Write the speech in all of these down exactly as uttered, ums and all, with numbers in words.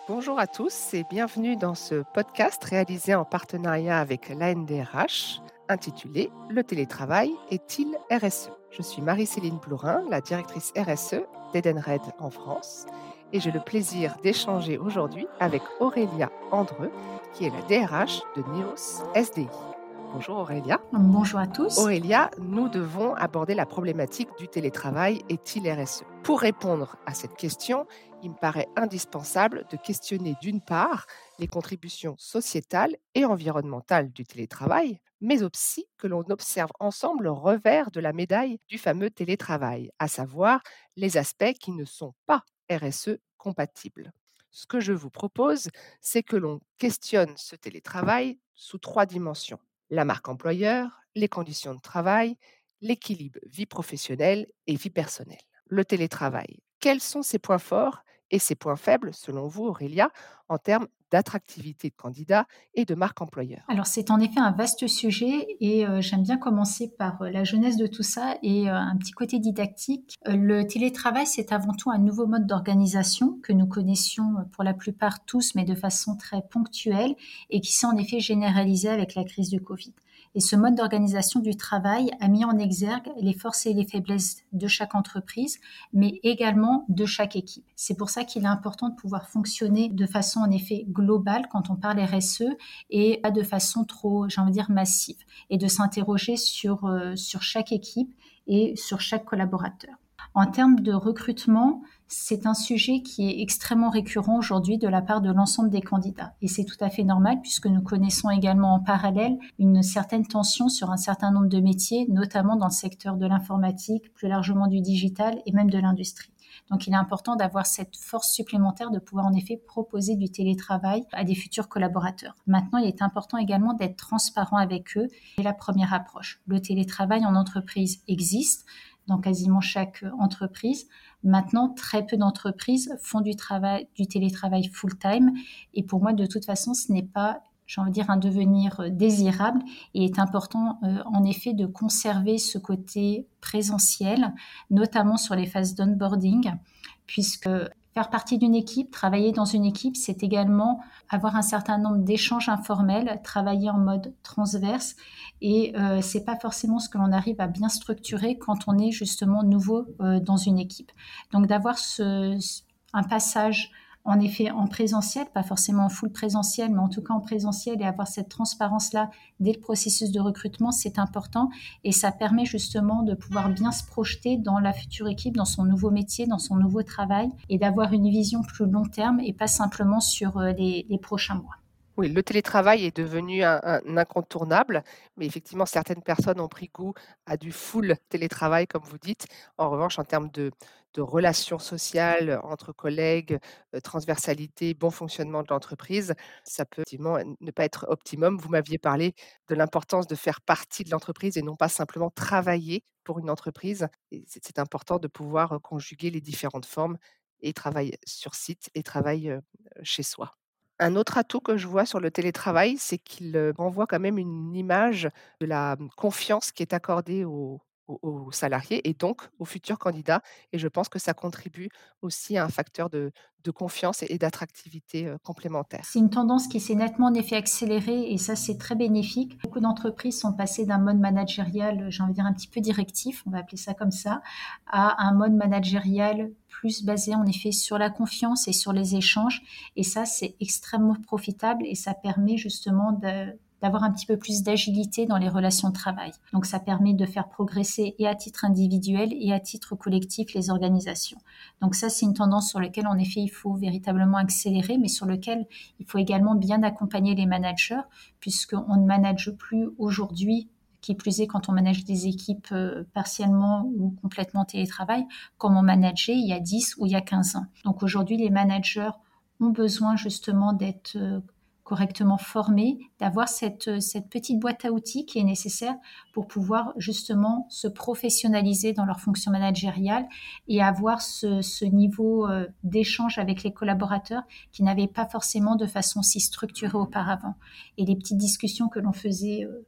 Bonjour à tous et bienvenue dans ce podcast réalisé en partenariat avec l'A N D R H intitulé Le télétravail est-il R S E? Je suis Marie-Céline Plourin, la directrice R S E d'Edenred en France et j'ai le plaisir d'échanger aujourd'hui avec Aurélia Andreu qui est la D R H de Neos S D I. Bonjour Aurélia. Bonjour à tous. Aurélia, nous devons aborder la problématique du télétravail est-il R S E? Pour répondre à cette question, il me paraît indispensable de questionner d'une part les contributions sociétales et environnementales du télétravail, mais aussi que l'on observe ensemble le revers de la médaille du fameux télétravail, à savoir les aspects qui ne sont pas R S E compatibles. Ce que je vous propose, c'est que l'on questionne ce télétravail sous trois dimensions: la marque employeur, les conditions de travail, l'équilibre vie professionnelle et vie personnelle. Le télétravail, quels sont ses points forts et ses points faibles, selon vous, Aurélia, en termes d'attractivité de candidat et de marque employeur? Alors c'est en effet un vaste sujet et euh, j'aime bien commencer par euh, la jeunesse de tout ça et euh, un petit côté didactique. Euh, le télétravail, c'est avant tout un nouveau mode d'organisation que nous connaissions euh, pour la plupart tous, mais de façon très ponctuelle et qui s'est en effet généralisé avec la crise du Covid. Et ce mode d'organisation du travail a mis en exergue les forces et les faiblesses de chaque entreprise, mais également de chaque équipe. C'est pour ça qu'il est important de pouvoir fonctionner de façon en effet globale quand on parle R S E et pas de façon trop, j'ai envie de dire, massive, et de s'interroger sur, euh, sur chaque équipe et sur chaque collaborateur. En termes de recrutement, c'est un sujet qui est extrêmement récurrent aujourd'hui de la part de l'ensemble des candidats. Et c'est tout à fait normal puisque nous connaissons également en parallèle une certaine tension sur un certain nombre de métiers, notamment dans le secteur de l'informatique, plus largement du digital et même de l'industrie. Donc il est important d'avoir cette force supplémentaire de pouvoir en effet proposer du télétravail à des futurs collaborateurs. Maintenant, il est important également d'être transparent avec eux. C'est la première approche. Le télétravail en entreprise existe dans quasiment chaque entreprise. Maintenant, très peu d'entreprises font du travail, du télétravail full-time. Et pour moi, de toute façon, ce n'est pas, j'ai envie de dire, un devenir désirable. Il est important, euh, en effet, de conserver ce côté présentiel, notamment sur les phases d'onboarding, puisque faire partie d'une équipe, travailler dans une équipe, c'est également avoir un certain nombre d'échanges informels, travailler en mode transverse. Et euh, c'est pas forcément ce que l'on arrive à bien structurer quand on est justement nouveau euh, dans une équipe. Donc d'avoir ce, un passage en effet en présentiel, pas forcément en full présentiel, mais en tout cas en présentiel, et avoir cette transparence-là dès le processus de recrutement, c'est important et ça permet justement de pouvoir bien se projeter dans la future équipe, dans son nouveau métier, dans son nouveau travail et d'avoir une vision plus long terme et pas simplement sur les, les prochains mois. Oui, le télétravail est devenu un un incontournable, mais effectivement, certaines personnes ont pris goût à du full télétravail, comme vous dites. En revanche, en termes de de relations sociales entre collègues, heu, transversalité, bon fonctionnement de l'entreprise, ça peut effectivement n ne pas être optimum. Vous m'aviez parlé de l'importance de faire partie de l'entreprise et non pas simplement travailler pour une entreprise et c'est c'est important de pouvoir, heu, conjuguer les différentes formes et travail sur site et travail, heu, chez soi. Un autre atout que je vois sur le télétravail, c'est qu'il, heu, renvoie quand même une image de la, mmh, confiance qui est accordée aux aux aux salariés et donc aux futurs candidats et je pense que ça contribue aussi à un facteur de de confiance et et d'attractivité, heu, C'est complémentaire. une tendance qui s'est nettement en effet accélérée et ça, c'est très bénéfique. Beaucoup d'entreprises sont passées d'un mode managérial, j'ai envie de dire un petit peu directif, on va appeler ça comme ça, à un mode managérial plus basé en effet sur la confiance et sur les échanges. Et ça, c'est extrêmement profitable et ça permet justement de d'avoir un petit peu plus d'agilité dans les relations de travail. Donc ça permet de faire progresser et à titre individuel et à titre collectif les organisations. Donc ça, c'est une tendance sur laquelle, en effet, il faut véritablement accélérer, mais sur lequel il faut également bien accompagner les managers, puisqu'on ne manage plus aujourd'hui, qui plus est quand on manage des équipes euh, partiellement ou complètement télétravail, comme on manageait il y a dix ou il y a quinze ans. Donc aujourd'hui, les managers ont besoin justement d'être euh, correctement formés, d'avoir cette, cette petite boîte à outils qui est nécessaire pour pouvoir justement se professionnaliser dans leur fonction managériale et avoir ce, ce niveau euh, d'échange avec les collaborateurs qui n'avaient pas forcément de façon si structurée auparavant. Et les petites discussions que l'on faisait euh,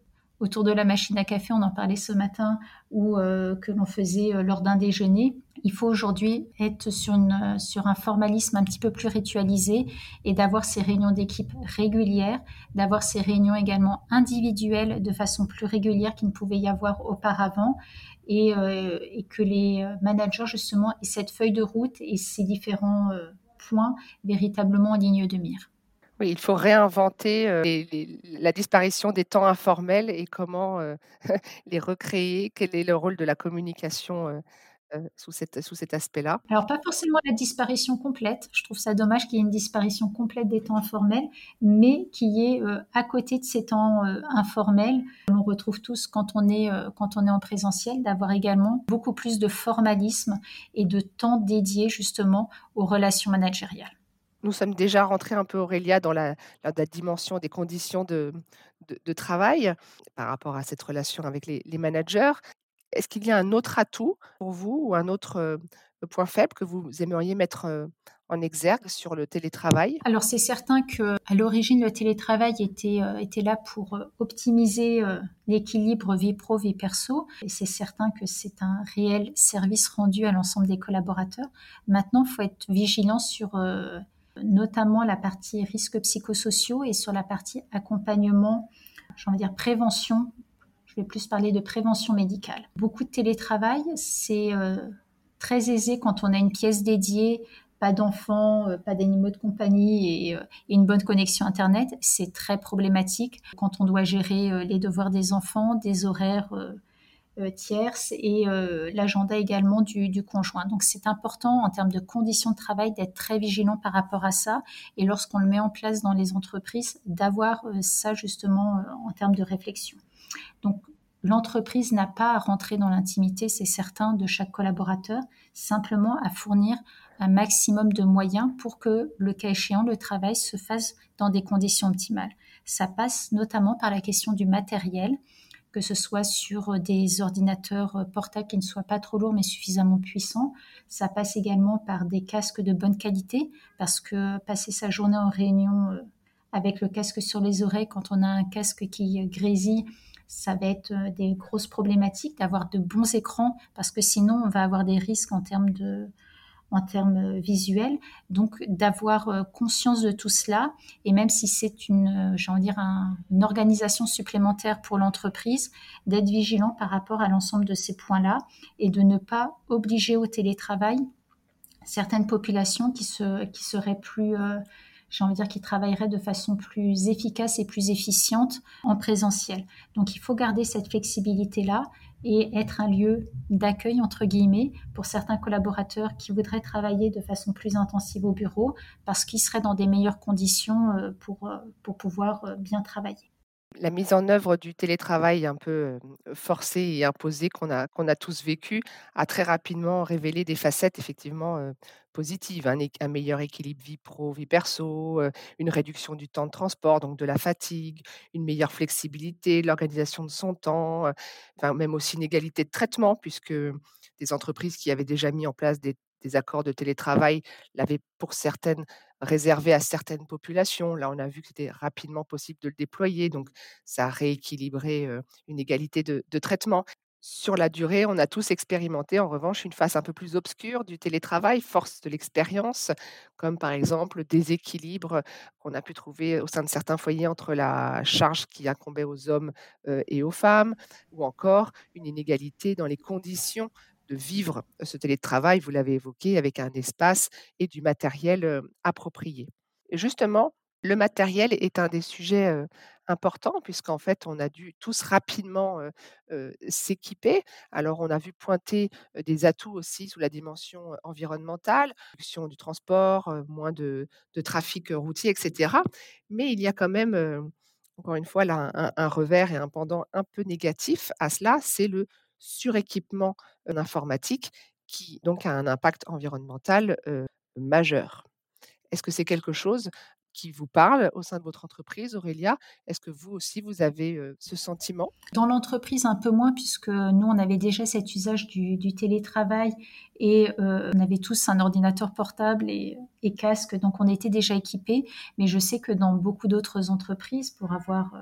autour de la machine à café, on en parlait ce matin, ou euh, que l'on faisait euh, lors d'un déjeuner. Il faut aujourd'hui être sur, une, sur un formalisme un petit peu plus ritualisé et d'avoir ces réunions d'équipe régulières, d'avoir ces réunions également individuelles de façon plus régulière qu'il ne pouvait y avoir auparavant, et, euh, et que les managers justement aient cette feuille de route et ces différents euh, points véritablement en ligne de mire. Oui, il faut réinventer, heu, les les la disparition des temps informels et comment, heu, les recréer. Quel est le rôle de la communication, heu heu, sous cet sous cet aspect-là? Alors pas forcément la disparition complète, je trouve ça dommage qu'il y ait une disparition complète des temps informels, mais qu'il y ait, heu, à côté de ces temps, heu, informels, l'on retrouve tous quand on est, heu, quand on est en présentiel, d'avoir également beaucoup plus de formalisme et de temps dédié justement aux relations managériales. Nous sommes déjà rentrés un peu, Aurélia, dans la la la dimension des conditions de de de travail, par rapport à cette relation avec les les managers. Est-ce qu'il y a un autre atout pour vous ou un autre, heu, point faible que vous aimeriez mettre, heu, en exergue sur le télétravail? Alors c'est certain que à l'origine le télétravail était, heu, était là pour, heu, optimiser, heu, l'équilibre vie pro, vie perso, et c'est certain que c'est un réel service rendu à l'ensemble des collaborateurs. Maintenant, il faut être vigilant sur, heu, notamment la partie risques psychosociaux et sur la partie accompagnement, j'ai envie de dire prévention. Je vais plus parler de prévention médicale. Beaucoup de télétravail, c'est, heu, très aisé quand on a une pièce dédiée, pas d'enfants, heu, pas d'animaux de compagnie et heu et une bonne connexion internet. C'est très problématique quand on doit gérer, heu, les devoirs des enfants, des horaires, heu heu, tierces et heu, l'agenda également du du conjoint. Donc c'est important en termes de conditions de travail d'être très vigilant par rapport à ça, et lorsqu'on le met en place dans les entreprises, d'avoir, heu, ça justement, heu, en termes de réflexion. Donc, l'entreprise n'a pas à rentrer dans l'intimité, c'est certain, de chaque collaborateur, simplement à fournir un maximum de moyens pour que, le cas échéant, le travail se fasse dans des conditions optimales. Ça passe notamment par la question du matériel, que ce soit sur des ordinateurs portables qui ne soient pas trop lourds mais suffisamment puissants. Ça passe également par des casques de bonne qualité, parce que passer sa journée en réunion euh, avec le casque sur les oreilles, quand on a un casque qui grésille, ça va être euh, des grosses problématiques d'avoir de bons écrans, parce que sinon on va avoir des risques en termes de, en termes euh, visuels. Donc d'avoir euh, conscience de tout cela, et même si c'est une, euh, j'ai envie de dire un- une organisation supplémentaire pour l'entreprise, d'être vigilant par rapport à l'ensemble de ces points-là et de ne pas obliger au télétravail certaines populations qui, se, qui seraient plus, euh, j'ai envie de dire, qui travailleraient de façon plus efficace et plus efficiente en présentiel. Donc il faut garder cette flexibilité-là et être un lieu d'accueil, entre guillemets, pour certains collaborateurs qui voudraient travailler de façon plus intensive au bureau, parce qu'ils seraient dans des meilleures conditions euh, pour, euh, pour pouvoir euh, bien travailler. La mise en œuvre du télétravail un peu, hem, forcé et imposé qu'on a qu'on a tous vécu, a très rapidement révélé des facettes effectivement, heu, positives. Un éq un meilleur équilibre vie pro, vie perso, heu, une réduction du temps de transport, donc de la fatigue, une meilleure flexibilité, l'organisation de son temps, heu, enfin même aussi une égalité de traitement puisque des entreprises qui avaient déjà mis en place des des accords de télétravail l'avaient pour certaines réservé à certaines populations. Là, on a vu que c'était rapidement possible de le déployer, donc ça a rééquilibré, heu, une égalité de de traitement. Sur la durée, on a tous expérimenté en revanche une face un peu plus obscure du télétravail, force de l'expérience, comme par exemple le déséquilibre qu'on a pu trouver au sein de certains foyers entre la charge qui incombait aux hommes, heu, et aux femmes, ou encore une inégalité dans les conditions de vivre ce télétravail, vous l'avez évoqué, avec un espace et du matériel, heu, approprié. Et justement, le matériel est un des sujets, heu, importants puisqu'en fait, on a dû tous rapidement, heu heu, s'équiper. Alors on a vu pointer, heu, des atouts aussi sous la dimension, heu, environnementale, réduction du transport, heu, moins de de trafic, heu, routier et cetera. Mais il y a quand même, heu, encore une fois là, un un revers et un pendant un peu négatif à cela, c'est le suréquipement, heu, informatique qui donc a un impact environnemental, heu, majeur. Est-ce que c'est quelque chose qui vous parle au sein de votre entreprise, Aurélia? Est-ce que vous aussi, vous avez, heu, ce sentiment? Dans l'entreprise, un peu moins, puisque nous, on avait déjà cet usage du, du télétravail et euh, on avait tous un ordinateur portable et, et casque, donc on était déjà équipés. Mais je sais que dans beaucoup d'autres entreprises, pour avoir euh,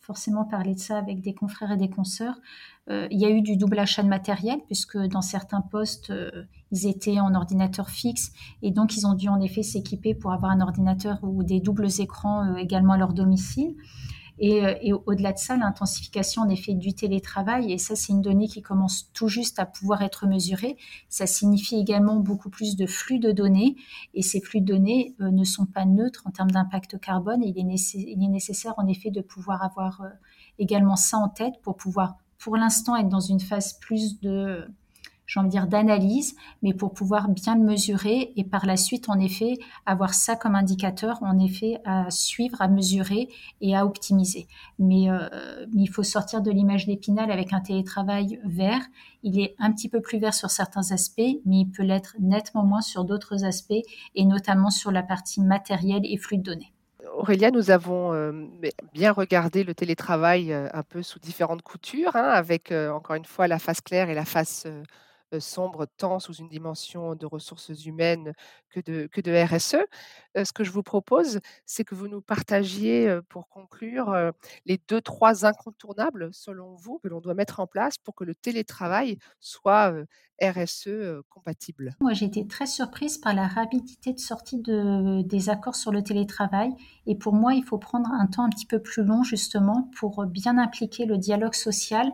forcément parlé de ça avec des confrères et des consoeurs. Euh, il y a eu du double achat de matériel, puisque dans certains postes, euh, ils étaient en ordinateur fixe, et donc ils ont dû en effet s'équiper pour avoir un ordinateur ou des doubles écrans euh, également à leur domicile. Et, euh, et au-delà de ça, l'intensification en effet du télétravail, et ça c'est une donnée qui commence tout juste à pouvoir être mesurée, ça signifie également beaucoup plus de flux de données, et ces flux de données euh, ne sont pas neutres en termes d'impact carbone, et il est, nécess- il est nécessaire en effet de pouvoir avoir euh, également ça en tête pour pouvoir pour l'instant être dans une phase plus de j'ai envie de dire d'analyse, mais pour pouvoir bien le mesurer et par la suite, en effet, avoir ça comme indicateur, en effet, à suivre, à mesurer et à optimiser. Mais, euh, mais il faut sortir de l'image d'Épinal avec un télétravail vert. Il est un petit peu plus vert sur certains aspects, mais il peut l'être nettement moins sur d'autres aspects, et notamment sur la partie matérielle et flux de données. Aurélia, nous avons, hem, beh, bien regardé le télétravail, heu, un peu sous différentes coutures, hein, avec, heu, encore une fois la face claire et la face, heu heu, sombre, tant sous une dimension de ressources humaines que de que de R S E. Heu, ce que je vous propose, c'est que vous nous partagiez, heu, pour conclure, heu, les deux trois incontournables, selon vous, que l'on doit mettre en place pour que le télétravail soit, heu, R S E, heu, compatible. Moi, j'ai été très surprise par la rapidité de sortie de, des accords sur le télétravail. Et pour moi, il faut prendre un temps un petit peu plus long, justement, pour bien impliquer le dialogue social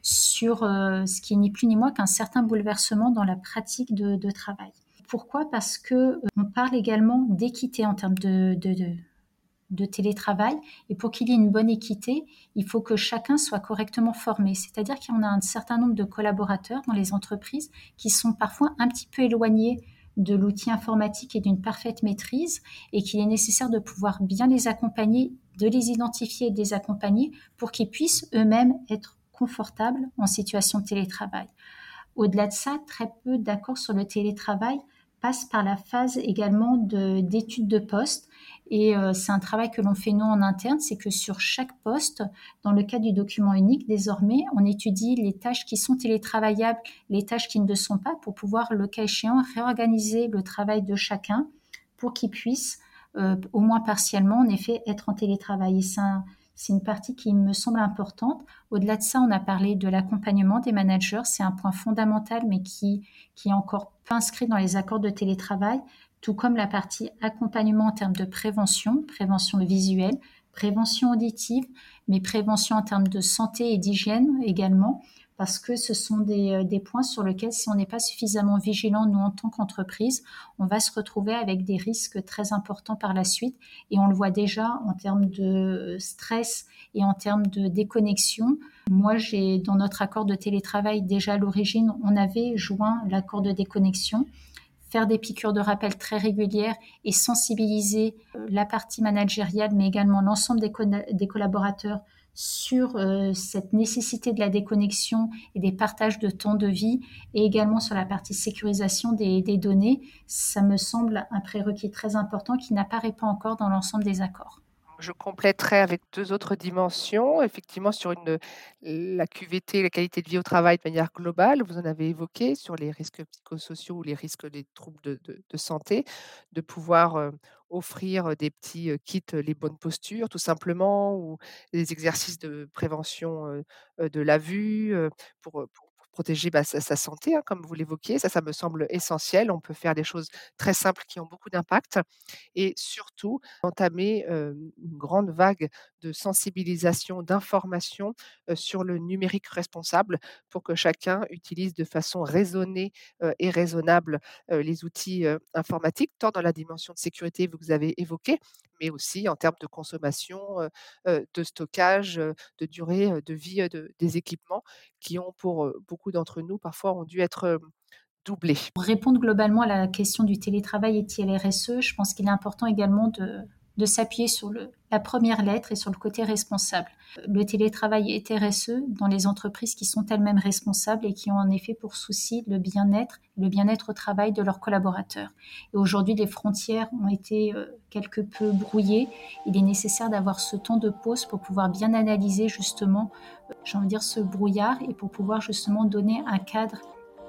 sur euh, ce qui est ni plus ni moins qu'un certain bouleversement dans la pratique de, de travail. Pourquoi? Parce que euh, on parle également d'équité en termes de, de, de de télétravail. Et pour qu'il y ait une bonne équité, il faut que chacun soit correctement formé. C'est-à-dire qu'il y en a un certain nombre de collaborateurs dans les entreprises qui sont parfois un petit peu éloignés de l'outil informatique et d'une parfaite maîtrise, et qu'il est nécessaire de pouvoir bien les accompagner, de les identifier et de les accompagner pour qu'ils puissent eux-mêmes être confortables en situation de télétravail. Au-delà de ça, très peu d'accords sur le télétravail passent par la phase également de, d'études de poste. Et euh, c'est un travail que l'on fait nous en interne, c'est que sur chaque poste, dans le cadre du document unique, désormais, on étudie les tâches qui sont télétravaillables, les tâches qui ne le sont pas, pour pouvoir, le cas échéant, réorganiser le travail de chacun pour qu'il puisse, euh, au moins partiellement, en effet, être en télétravail. Et c'est un, c'est une partie qui me semble importante. Au-delà de ça, on a parlé de l'accompagnement des managers. C'est un point fondamental, mais qui, qui est encore peu inscrit dans les accords de télétravail, tout comme la partie accompagnement en termes de prévention, prévention visuelle, prévention auditive, mais prévention en termes de santé et d'hygiène également, parce que ce sont des, des points sur lesquels, si on n'est pas suffisamment vigilant, nous, en tant qu'entreprise, on va se retrouver avec des risques très importants par la suite. Et on le voit déjà en termes de stress et en termes de déconnexion. Moi, j'ai, dans notre accord de télétravail, déjà à l'origine, on avait joint l'accord de déconnexion, faire des piqûres de rappel très régulières et sensibiliser la partie managériale, mais également l'ensemble des, co- des collaborateurs sur euh, cette nécessité de la déconnexion et des partages de temps de vie, et également sur la partie sécurisation des, des données. Ça me semble un prérequis très important qui n'apparaît pas encore dans l'ensemble des accords. Je compléterai avec deux autres dimensions. Effectivement, sur une la Q V T, la qualité de vie au travail de manière globale, vous en avez évoqué sur les risques psychosociaux ou les risques des troubles de de de santé, de pouvoir, heu, offrir des petits, heu, kits, heu, les bonnes postures tout simplement, ou des exercices de prévention, heu heu, de la vue, heu, pour, heu, pour pour protéger, bah, sa sa santé, hein, comme vous l'évoquiez. Ça, ça me semble essentiel. On peut faire des choses très simples qui ont beaucoup d'impact, et surtout entamer, hem, une grande vague de sensibilisation, d'information, heu, sur le numérique responsable, pour que chacun utilise de façon raisonnée, heu, et raisonnable, heu, les outils, heu, informatiques, tant dans la dimension de sécurité que vous avez évoquée, mais aussi en termes de consommation, heu heu, de stockage, heu, de durée, heu, de vie, heu, de des équipements qui ont pour, heu, beaucoup d'entre nous parfois ont dû être, hem, doublés. Pour répondre globalement à la question du télétravail est-il R S E, je pense qu'il est important également de, de s'appuyer sur le, la première lettre et sur le côté responsable. Le télétravail est R S E dans les entreprises qui sont elles-mêmes responsables et qui ont en effet pour souci le bien-être, le bien-être au travail de leurs collaborateurs. Et aujourd'hui, les frontières ont été euh, quelque peu brouillées. Il est nécessaire d'avoir ce temps de pause pour pouvoir bien analyser justement, euh, j'ai envie de dire, ce brouillard, et pour pouvoir justement donner un cadre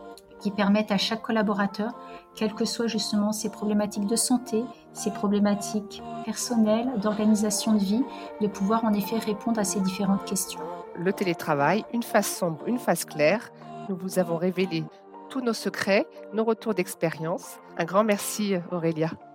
qui permettent à chaque collaborateur, quelles que soient justement ses problématiques de santé, ses problématiques personnelles, d'organisation de vie, de pouvoir en effet répondre à ces différentes questions. Le télétravail, une face sombre, une face claire. Nous vous avons révélé tous nos secrets, nos retours d'expérience. Un grand merci, Aurélia.